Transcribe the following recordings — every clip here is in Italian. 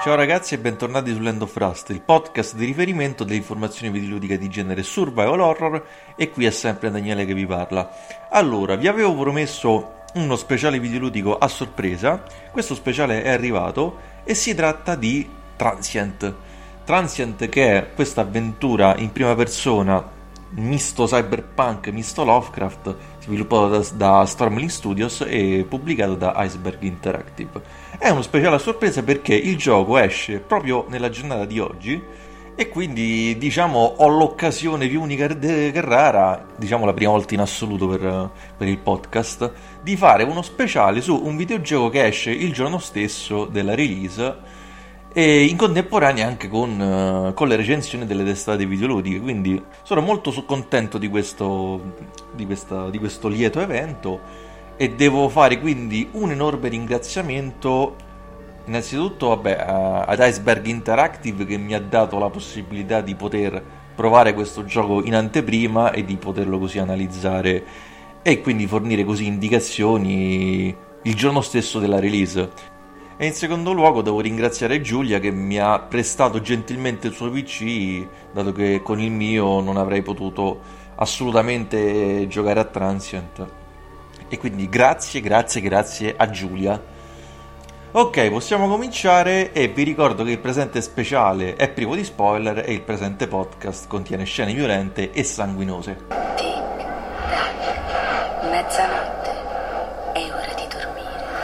Ciao ragazzi e bentornati su Land of Rust, il podcast di riferimento delle informazioni videoludiche di genere survival horror, e qui è sempre Daniele che vi parla. Allora, vi avevo promesso uno speciale videoludico a sorpresa, questo speciale è arrivato e si tratta di Transient. Transient, che è questa avventura in prima persona misto cyberpunk, misto Lovecraft, sviluppato da Stormling Studios e pubblicato da Iceberg Interactive. È uno speciale a sorpresa perché il gioco esce proprio nella giornata di oggi e quindi diciamo ho l'occasione più unica che rara, diciamo la prima volta in assoluto per il podcast, di fare uno speciale su un videogioco che esce il giorno stesso della release e in contemporanea anche con le recensioni delle testate videoludiche, quindi sono molto contento di questo lieto evento e devo fare quindi un enorme ringraziamento innanzitutto ad Iceberg Interactive, che mi ha dato la possibilità di poter provare questo gioco in anteprima e di poterlo così analizzare e quindi fornire così indicazioni il giorno stesso della release. E in secondo luogo devo ringraziare Giulia, che mi ha prestato gentilmente il suo PC, dato che con il mio non avrei potuto assolutamente giocare a Transient. E quindi grazie a Giulia. Ok, possiamo cominciare e vi ricordo che il presente speciale è privo di spoiler e il presente podcast contiene scene violente e sanguinose. Tic, tac, mezzanotte, è ora di dormire.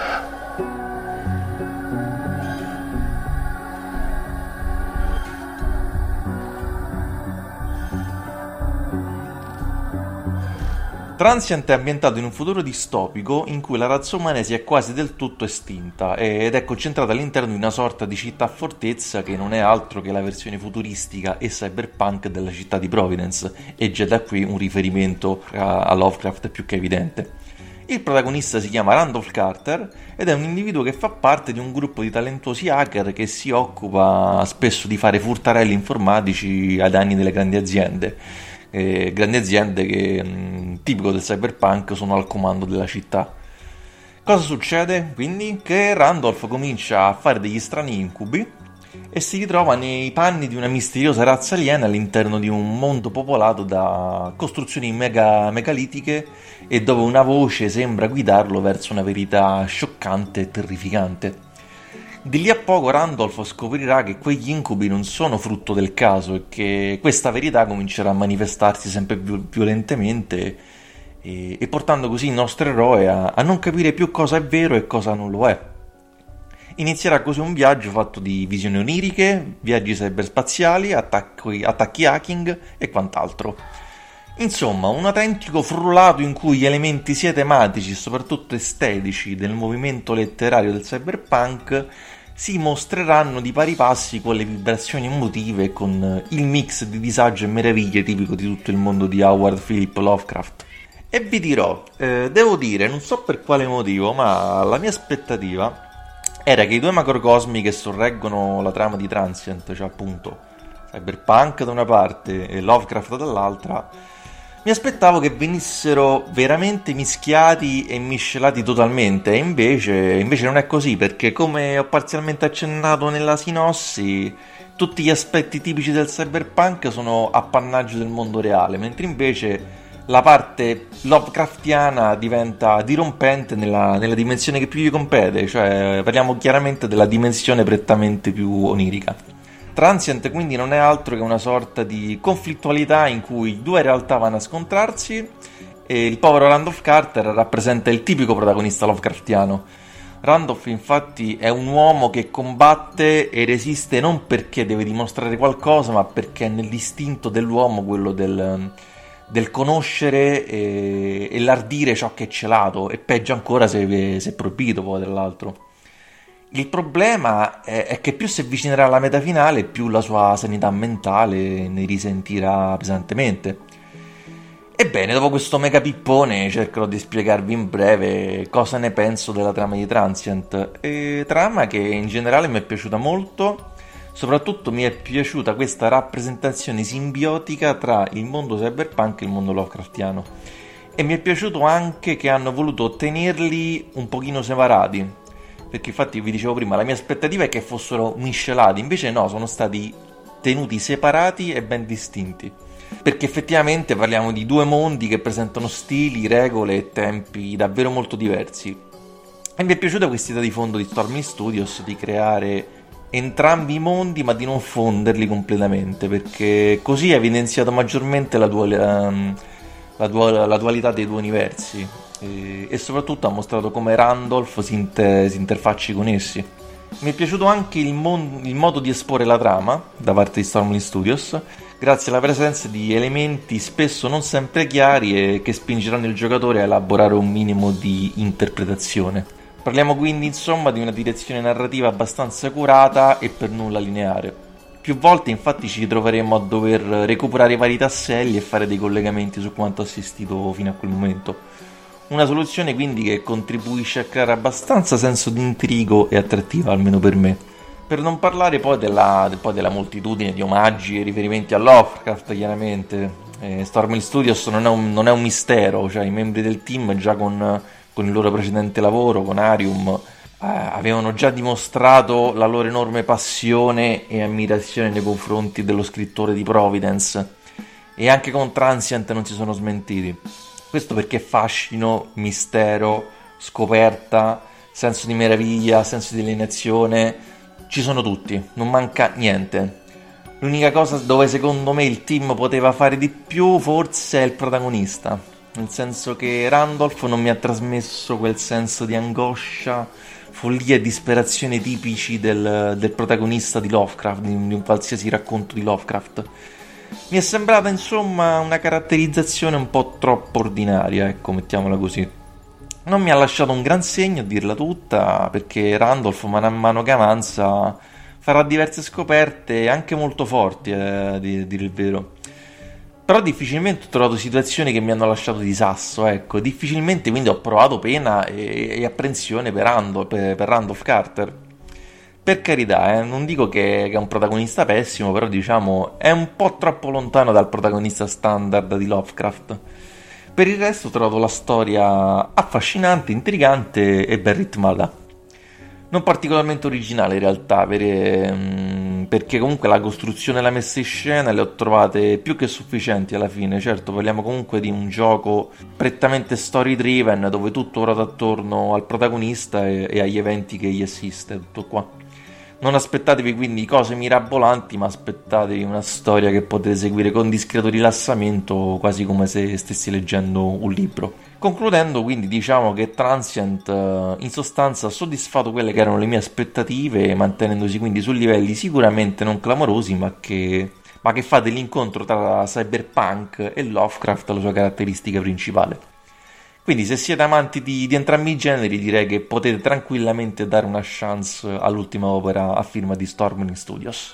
Transient è ambientato in un futuro distopico in cui la razza umana si è quasi del tutto estinta ed è concentrata all'interno di una sorta di città-fortezza che non è altro che la versione futuristica e cyberpunk della città di Providence, e già da qui un riferimento a Lovecraft più che evidente. Il protagonista si chiama Randolph Carter ed è un individuo che fa parte di un gruppo di talentuosi hacker che si occupa spesso di fare furtarelli informatici ai danni delle grandi aziende che, tipico del cyberpunk, sono al comando della città. Cosa succede quindi? Che Randolph comincia a fare degli strani incubi e si ritrova nei panni di una misteriosa razza aliena all'interno di un mondo popolato da costruzioni megalitiche e dove una voce sembra guidarlo verso una verità scioccante e terrificante. Di lì a poco Randolph scoprirà che quegli incubi non sono frutto del caso e che questa verità comincerà a manifestarsi sempre più violentemente e portando così il nostro eroe a non capire più cosa è vero e cosa non lo è. Inizierà così un viaggio fatto di visioni oniriche, viaggi cyberspaziali, attacchi hacking e quant'altro. Insomma, un autentico frullato in cui gli elementi sia tematici e soprattutto estetici del movimento letterario del cyberpunk si mostreranno di pari passi con le vibrazioni emotive e con il mix di disagio e meraviglie tipico di tutto il mondo di Howard Philip Lovecraft. E vi dirò, devo dire, non so per quale motivo, ma la mia aspettativa era che i due macrocosmi che sorreggono la trama di Transient, cioè appunto cyberpunk da una parte e Lovecraft dall'altra, mi aspettavo che venissero veramente mischiati e miscelati totalmente, e invece non è così, perché come ho parzialmente accennato nella sinossi, tutti gli aspetti tipici del cyberpunk sono appannaggio del mondo reale, mentre invece la parte Lovecraftiana diventa dirompente nella dimensione che più gli compete, cioè parliamo chiaramente della dimensione prettamente più onirica. Transient quindi non è altro che una sorta di conflittualità in cui due realtà vanno a scontrarsi e il povero Randolph Carter rappresenta il tipico protagonista Lovecraftiano. Randolph infatti è un uomo che combatte e resiste non perché deve dimostrare qualcosa, ma perché è nell'istinto dell'uomo quello del conoscere e l'ardire ciò che è celato, e peggio ancora se è proibito poi tra l'altro. Il problema è che più si avvicinerà alla meta finale, più la sua sanità mentale ne risentirà pesantemente. Ebbene, dopo questo mega pippone cercherò di spiegarvi in breve cosa ne penso della trama di Transient, trama che in generale mi è piaciuta molto. Soprattutto mi è piaciuta questa rappresentazione simbiotica tra il mondo cyberpunk e il mondo Lovecraftiano, e mi è piaciuto anche che hanno voluto tenerli un pochino separati, perché infatti vi dicevo prima, la mia aspettativa è che fossero miscelati, invece no, sono stati tenuti separati e ben distinti, perché effettivamente parliamo di due mondi che presentano stili, regole e tempi davvero molto diversi. E mi è piaciuta questa idea di fondo di Stormy Studios di creare entrambi i mondi ma di non fonderli completamente, perché così ha evidenziato maggiormente la dualità dei due universi e soprattutto ha mostrato come Randolph si interfacci con essi. Mi è piaciuto anche il modo di esporre la trama da parte di Stormy Studios, grazie alla presenza di elementi spesso non sempre chiari e che spingeranno il giocatore a elaborare un minimo di interpretazione. Parliamo quindi insomma di una direzione narrativa abbastanza curata e per nulla lineare. Più volte infatti ci troveremo a dover recuperare i vari tasselli e fare dei collegamenti su quanto assistito fino a quel momento. Una soluzione quindi che contribuisce a creare abbastanza senso di intrigo e attrattiva, almeno per me. Per non parlare poi della moltitudine di omaggi e riferimenti a Lovecraft, chiaramente. Stormy Studios non è un mistero, cioè i membri del team già con il loro precedente lavoro, con Arium, avevano già dimostrato la loro enorme passione e ammirazione nei confronti dello scrittore di Providence, e anche con Transient non si sono smentiti. Questo perché fascino, mistero, scoperta, senso di meraviglia, senso di alienazione ci sono tutti, non manca niente. L'unica cosa dove secondo me il team poteva fare di più forse è il protagonista, nel senso che Randolph non mi ha trasmesso quel senso di angoscia, follia e disperazione tipici del protagonista di Lovecraft, di un qualsiasi racconto di Lovecraft. Mi è sembrata insomma una caratterizzazione un po' troppo ordinaria, ecco, mettiamola così. Non mi ha lasciato un gran segno a dirla tutta, perché Randolph man mano che avanza farà diverse scoperte anche molto forti, a dire il vero. Però difficilmente ho trovato situazioni che mi hanno lasciato di sasso, ecco. Difficilmente quindi ho provato pena e apprensione per Randolph Carter. Per carità, non dico che è un protagonista pessimo, però diciamo è un po' troppo lontano dal protagonista standard di Lovecraft. Per il resto ho trovato la storia affascinante, intrigante e ben ritmata. Non particolarmente originale in realtà, perché comunque la costruzione e la messa in scena le ho trovate più che sufficienti alla fine. Certo, parliamo comunque di un gioco prettamente story driven, dove tutto ruota attorno al protagonista e agli eventi che gli assiste, tutto qua. Non aspettatevi quindi cose mirabolanti, ma aspettatevi una storia che potete seguire con discreto rilassamento, quasi come se stessi leggendo un libro. Concludendo, quindi, diciamo che Transient in sostanza ha soddisfatto quelle che erano le mie aspettative, mantenendosi quindi su livelli sicuramente non clamorosi, ma che fa dell'incontro tra cyberpunk e Lovecraft la sua caratteristica principale. Quindi se siete amanti di entrambi i generi, direi che potete tranquillamente dare una chance all'ultima opera a firma di Stormy Studios.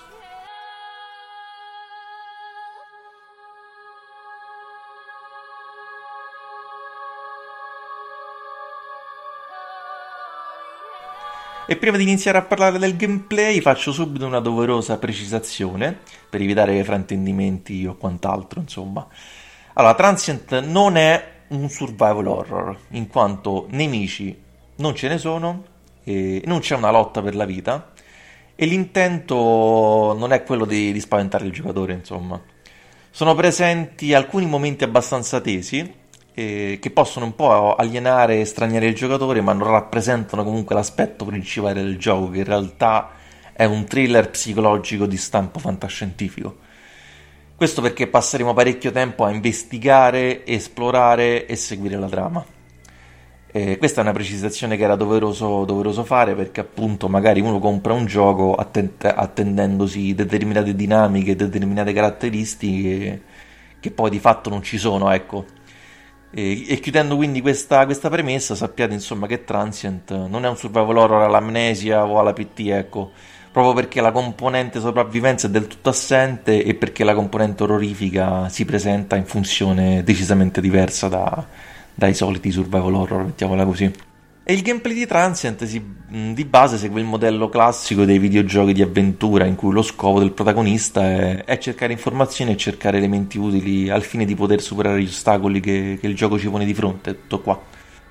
E prima di iniziare a parlare del gameplay faccio subito una doverosa precisazione per evitare fraintendimenti o quant'altro, insomma. Allora, Transient non è un survival horror, in quanto nemici non ce ne sono e non c'è una lotta per la vita e l'intento non è quello di spaventare il giocatore, insomma. Sono presenti alcuni momenti abbastanza tesi che possono un po' alienare e straniare il giocatore, ma non rappresentano comunque l'aspetto principale del gioco, che in realtà è un thriller psicologico di stampo fantascientifico. Questo perché passeremo parecchio tempo a investigare, esplorare e seguire la trama. Questa è una precisazione che era doveroso fare, perché appunto magari uno compra un gioco attendendosi determinate dinamiche, determinate caratteristiche che poi di fatto non ci sono, ecco. E chiudendo quindi questa premessa, sappiate insomma che Transient non è un survival horror all'Amnesia o alla PT, ecco, proprio perché la componente sopravvivenza è del tutto assente e perché la componente orrorifica si presenta in funzione decisamente diversa dai soliti survival horror, mettiamola così. E il gameplay di Transient di base segue il modello classico dei videogiochi di avventura, in cui lo scopo del protagonista è cercare informazioni e cercare elementi utili al fine di poter superare gli ostacoli che il gioco ci pone di fronte, tutto qua.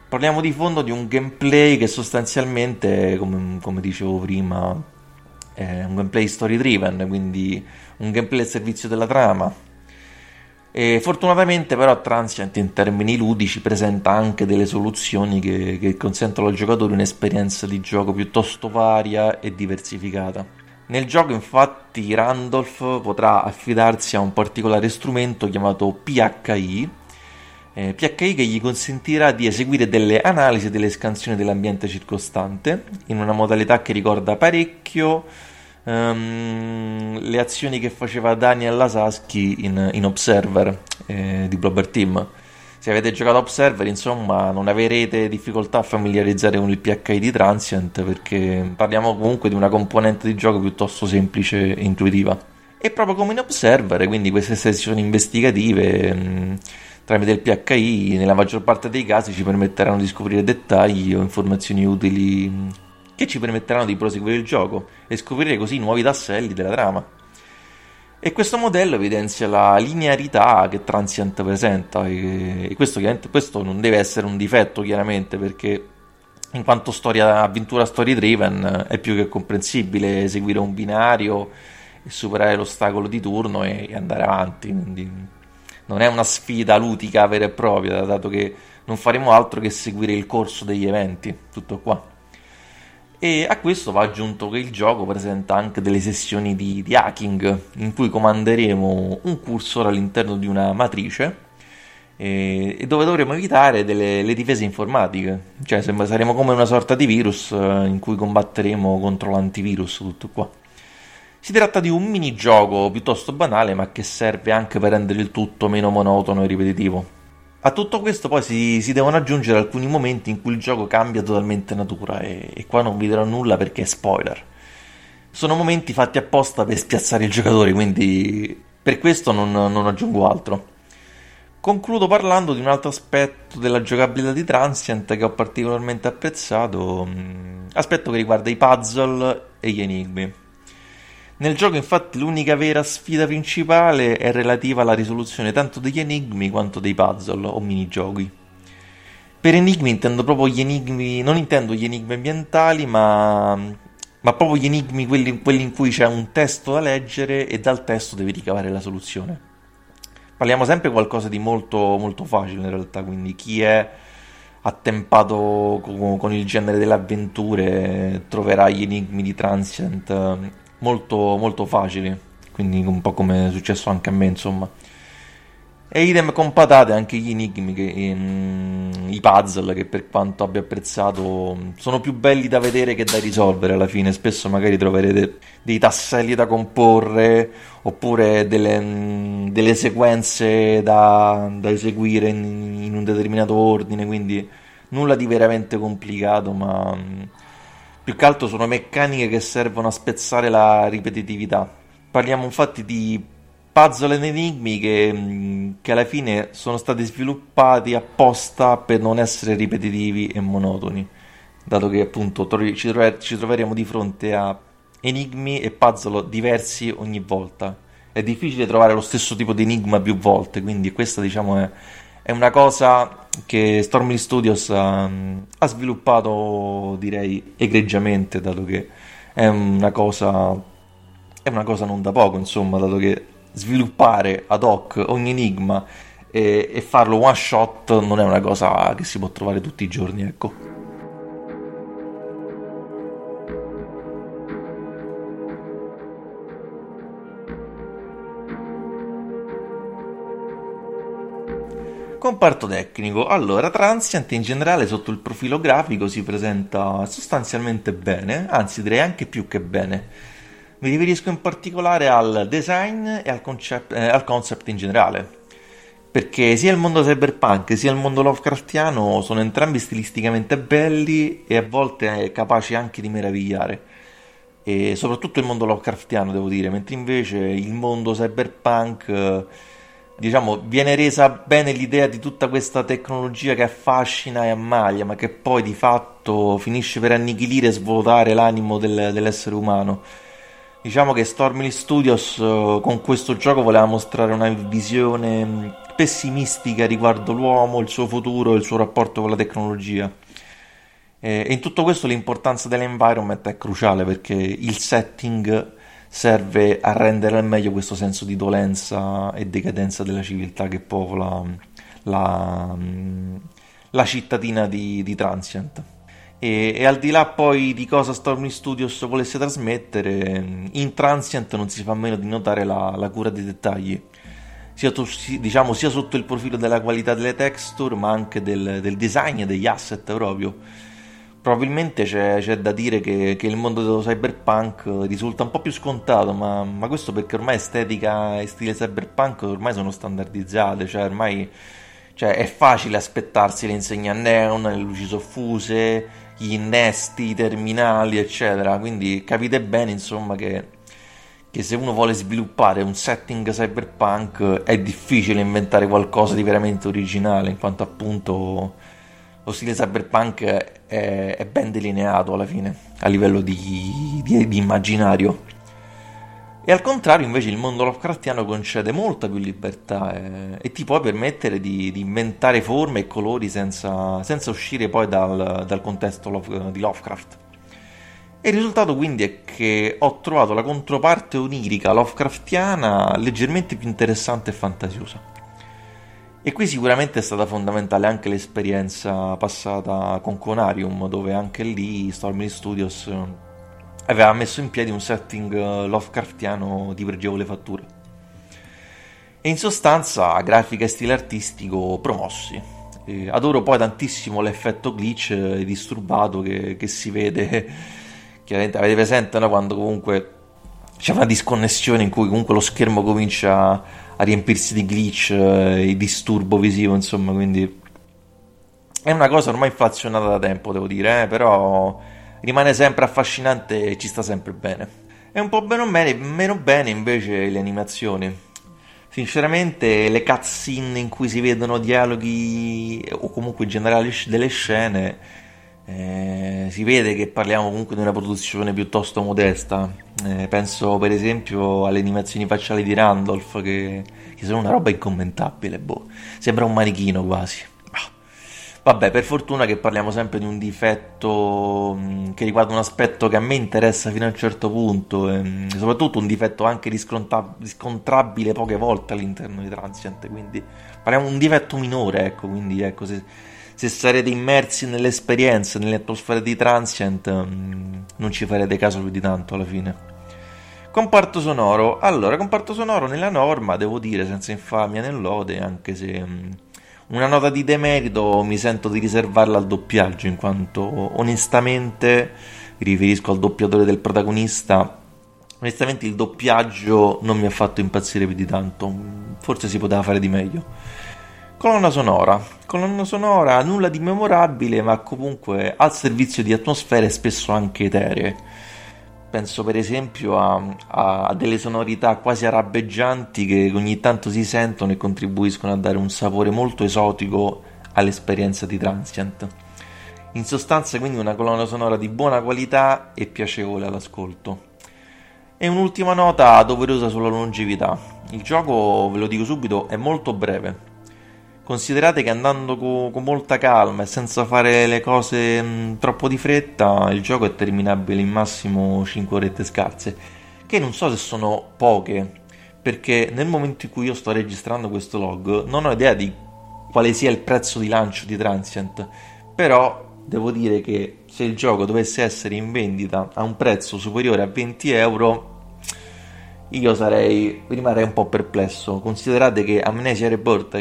Parliamo di fondo di un gameplay che sostanzialmente, come dicevo prima, è un gameplay story driven, quindi un gameplay al servizio della trama. E fortunatamente però Transient in termini ludici presenta anche delle soluzioni che consentono al giocatore un'esperienza di gioco piuttosto varia e diversificata. Nel gioco infatti Randolph potrà affidarsi a un particolare strumento chiamato PHI, PHI che gli consentirà di eseguire delle analisi delle scansioni dell'ambiente circostante in una modalità che ricorda parecchio le azioni che faceva Daniel Lasasky in Observer di Blobber Team. Se avete giocato a Observer, insomma, non avrete difficoltà a familiarizzare con il PHI di Transient, perché parliamo comunque di una componente di gioco piuttosto semplice e intuitiva. E proprio come in Observer, quindi queste sessioni investigative tramite il PHI nella maggior parte dei casi ci permetteranno di scoprire dettagli o informazioni utili che ci permetteranno di proseguire il gioco e scoprire così nuovi tasselli della trama. E questo modello evidenzia la linearità che Transient presenta, e questo non deve essere un difetto, chiaramente, perché in quanto avventura story driven è più che comprensibile eseguire un binario e superare l'ostacolo di turno e andare avanti, quindi non è una sfida ludica vera e propria, dato che non faremo altro che seguire il corso degli eventi, tutto qua. E a questo va aggiunto che il gioco presenta anche delle sessioni di hacking in cui comanderemo un cursor all'interno di una matrice e dove dovremo evitare le difese informatiche, cioè saremo come una sorta di virus in cui combatteremo contro l'antivirus, tutto qua. Si tratta di un minigioco piuttosto banale, ma che serve anche per rendere il tutto meno monotono e ripetitivo. A tutto questo poi si devono aggiungere alcuni momenti in cui il gioco cambia totalmente natura, e qua non vi dirò nulla perché è spoiler. Sono momenti fatti apposta per spiazzare il giocatore, quindi per questo non aggiungo altro. Concludo parlando di un altro aspetto della giocabilità di Transient che ho particolarmente apprezzato, aspetto che riguarda i puzzle e gli enigmi. Nel gioco infatti l'unica vera sfida principale è relativa alla risoluzione tanto degli enigmi quanto dei puzzle o minigiochi. Per enigmi intendo proprio gli enigmi, non intendo gli enigmi ambientali, ma proprio gli enigmi, quelli in cui c'è un testo da leggere e dal testo devi ricavare la soluzione. Parliamo sempre di qualcosa di molto, molto facile in realtà, quindi chi è attempato con il genere delle avventure troverà gli enigmi di Transient molto, molto facili, quindi un po' come è successo anche a me, insomma. E idem con patate anche gli enigmi, i puzzle, che per quanto abbia apprezzato sono più belli da vedere che da risolvere alla fine. Spesso magari troverete dei tasselli da comporre oppure delle sequenze da eseguire in un determinato ordine, quindi nulla di veramente complicato, ma più che altro sono meccaniche che servono a spezzare la ripetitività. Parliamo infatti di puzzle ed enigmi che alla fine sono stati sviluppati apposta per non essere ripetitivi e monotoni, dato che appunto ci troveremo di fronte a enigmi e puzzle diversi ogni volta. È difficile trovare lo stesso tipo di enigma più volte, quindi questa, diciamo, è una cosa che Stormly Studios ha sviluppato, direi, egregiamente, dato che è una cosa non da poco, insomma, dato che sviluppare ad hoc ogni enigma e farlo one shot non è una cosa che si può trovare tutti i giorni, ecco. Comparto tecnico. Allora, Transient in generale sotto il profilo grafico si presenta sostanzialmente bene, anzi direi anche più che bene. Mi riferisco in particolare al design e al concept in generale, perché sia il mondo cyberpunk sia il mondo Lovecraftiano sono entrambi stilisticamente belli e a volte capaci anche di meravigliare, e soprattutto il mondo Lovecraftiano, devo dire, mentre invece il mondo cyberpunk diciamo viene resa bene l'idea di tutta questa tecnologia che affascina e ammaglia, ma che poi di fatto finisce per annichilire e svuotare l'animo dell'essere umano. Diciamo che Stormly Studios con questo gioco voleva mostrare una visione pessimistica riguardo l'uomo, il suo futuro e il suo rapporto con la tecnologia. E in tutto questo l'importanza dell'environment è cruciale perché il setting serve a rendere al meglio questo senso di dolenza e decadenza della civiltà che popola la, la cittadina di Transient. E al di là poi di cosa Stormy Studios volesse trasmettere, in Transient non si fa meno di notare la cura dei dettagli, diciamo, sia sotto il profilo della qualità delle texture, ma anche del design e degli asset proprio. Probabilmente c'è da dire che il mondo dello cyberpunk risulta un po' più scontato, ma questo perché ormai estetica e stile cyberpunk ormai sono standardizzate, cioè ormai è facile aspettarsi le insegne a neon, le luci soffuse, gli innesti, i terminali, eccetera. Quindi capite bene, insomma, che se uno vuole sviluppare un setting cyberpunk è difficile inventare qualcosa di veramente originale, in quanto appunto lo stile cyberpunk è ben delineato alla fine, a livello di immaginario. E al contrario invece il mondo Lovecraftiano concede molta più libertà e ti può permettere di inventare forme e colori senza uscire poi dal contesto di Lovecraft. E il risultato quindi è che ho trovato la controparte onirica Lovecraftiana leggermente più interessante e fantasiosa. E qui sicuramente è stata fondamentale anche l'esperienza passata con Conarium, dove anche lì Stormy Studios aveva messo in piedi un setting Lovecraftiano di pregevole fattura. E in sostanza grafica e stile artistico promossi. Adoro poi tantissimo l'effetto glitch disturbato che si vede. Chiaramente avete presente, no? Quando comunque c'è una disconnessione in cui comunque lo schermo comincia a riempirsi di glitch e disturbo visivo, insomma, quindi è una cosa ormai inflazionata da tempo, devo dire, però rimane sempre affascinante e ci sta sempre bene. È un po' meno bene invece le animazioni. Sinceramente le cutscene in cui si vedono dialoghi o comunque in generale delle scene, si vede che parliamo comunque di una produzione piuttosto modesta. Penso per esempio alle animazioni facciali di Randolph che sono una roba incommentabile, sembra un manichino quasi. Vabbè, per fortuna che parliamo sempre di un difetto che riguarda un aspetto che a me interessa fino a un certo punto, e soprattutto un difetto anche riscontrabile poche volte all'interno di Transient, quindi parliamo di un difetto minore, ecco, quindi ecco, se sarete immersi nell'esperienza, nelle atmosfere di Transient, non ci farete caso più di tanto alla fine. Comparto sonoro. Allora, comparto sonoro nella norma, devo dire, senza infamia né lode, anche se una nota di demerito mi sento di riservarla al doppiaggio, in quanto onestamente, mi riferisco al doppiatore del protagonista, onestamente il doppiaggio non mi ha fatto impazzire più di tanto, forse si poteva fare di meglio. Colonna sonora, nulla di memorabile, ma comunque al servizio di atmosfere spesso anche eteree. Penso per esempio a delle sonorità quasi arabeggianti che ogni tanto si sentono e contribuiscono a dare un sapore molto esotico all'esperienza di Transient. In sostanza quindi una colonna sonora di buona qualità e piacevole all'ascolto. E un'ultima nota doverosa sulla longevità. Il gioco, ve lo dico subito, è molto breve. Considerate che andando con molta calma e senza fare le cose troppo di fretta, il gioco è terminabile in massimo 5 orette scarse, che non so se sono poche, perché nel momento in cui io sto registrando questo log non ho idea di quale sia il prezzo di lancio di Transient, però devo dire che se il gioco dovesse essere in vendita a un prezzo superiore a 20 euro, io rimarrei un po' perplesso. Considerate che Amnesia Rebirth,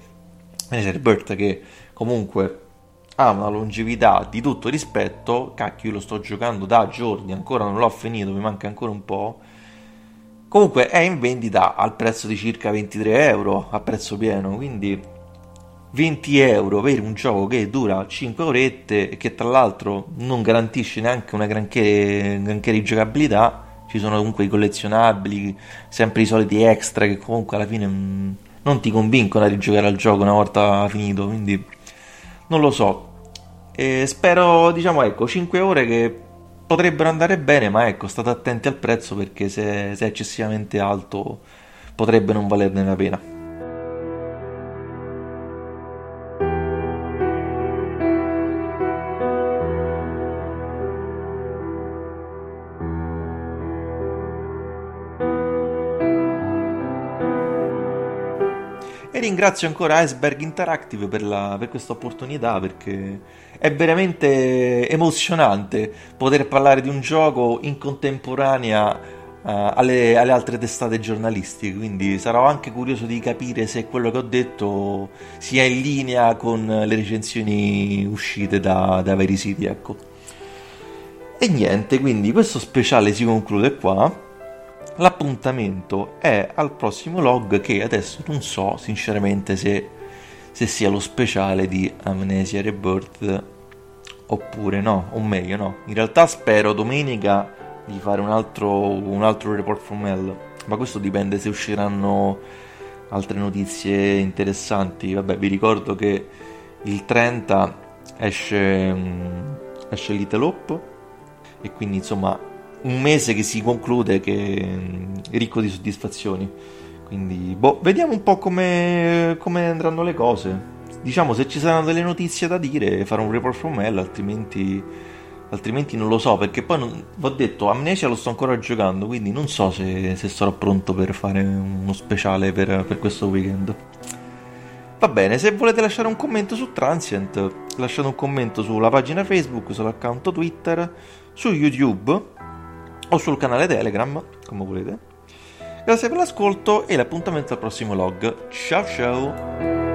che comunque ha una longevità di tutto rispetto, cacchio, io lo sto giocando da giorni, ancora non l'ho finito, mi manca ancora un po', comunque è in vendita al prezzo di circa 23 euro a prezzo pieno, quindi 20 euro per un gioco che dura 5 orette e che tra l'altro non garantisce neanche una granché rigiocabilità. Ci sono comunque i collezionabili, sempre i soliti extra che comunque alla fine non ti convincono a rigiocare al gioco una volta finito, quindi non lo so. E spero, diciamo, ecco, 5 ore che potrebbero andare bene, ma ecco, state attenti al prezzo perché se è eccessivamente alto potrebbe non valerne la pena. E ringrazio ancora Iceberg Interactive per questa opportunità, perché è veramente emozionante poter parlare di un gioco in contemporanea alle altre testate giornalistiche, quindi sarò anche curioso di capire se quello che ho detto sia in linea con le recensioni uscite da vari siti, ecco. E niente, quindi questo speciale si conclude qua. L'appuntamento è al prossimo log, che adesso non so sinceramente se sia lo speciale di Amnesia Rebirth oppure no, o meglio no. In realtà spero domenica di fare un altro report from hell, ma questo dipende se usciranno altre notizie interessanti. Vabbè, vi ricordo che il 30 esce Little Hope, e quindi insomma un mese che si conclude, che è ricco di soddisfazioni. Quindi vediamo un po' come andranno le cose. Diciamo, se ci saranno delle notizie da dire farò un report from hell, altrimenti non lo so, perché poi vi ho detto, Amnesia lo sto ancora giocando, quindi non so se sarò pronto per fare uno speciale per questo weekend. Va bene, se volete lasciare un commento su Transient, lasciate un commento sulla pagina Facebook, sull'account Twitter, su YouTube o sul canale Telegram, come volete. Grazie per l'ascolto e l'appuntamento al prossimo log. Ciao ciao!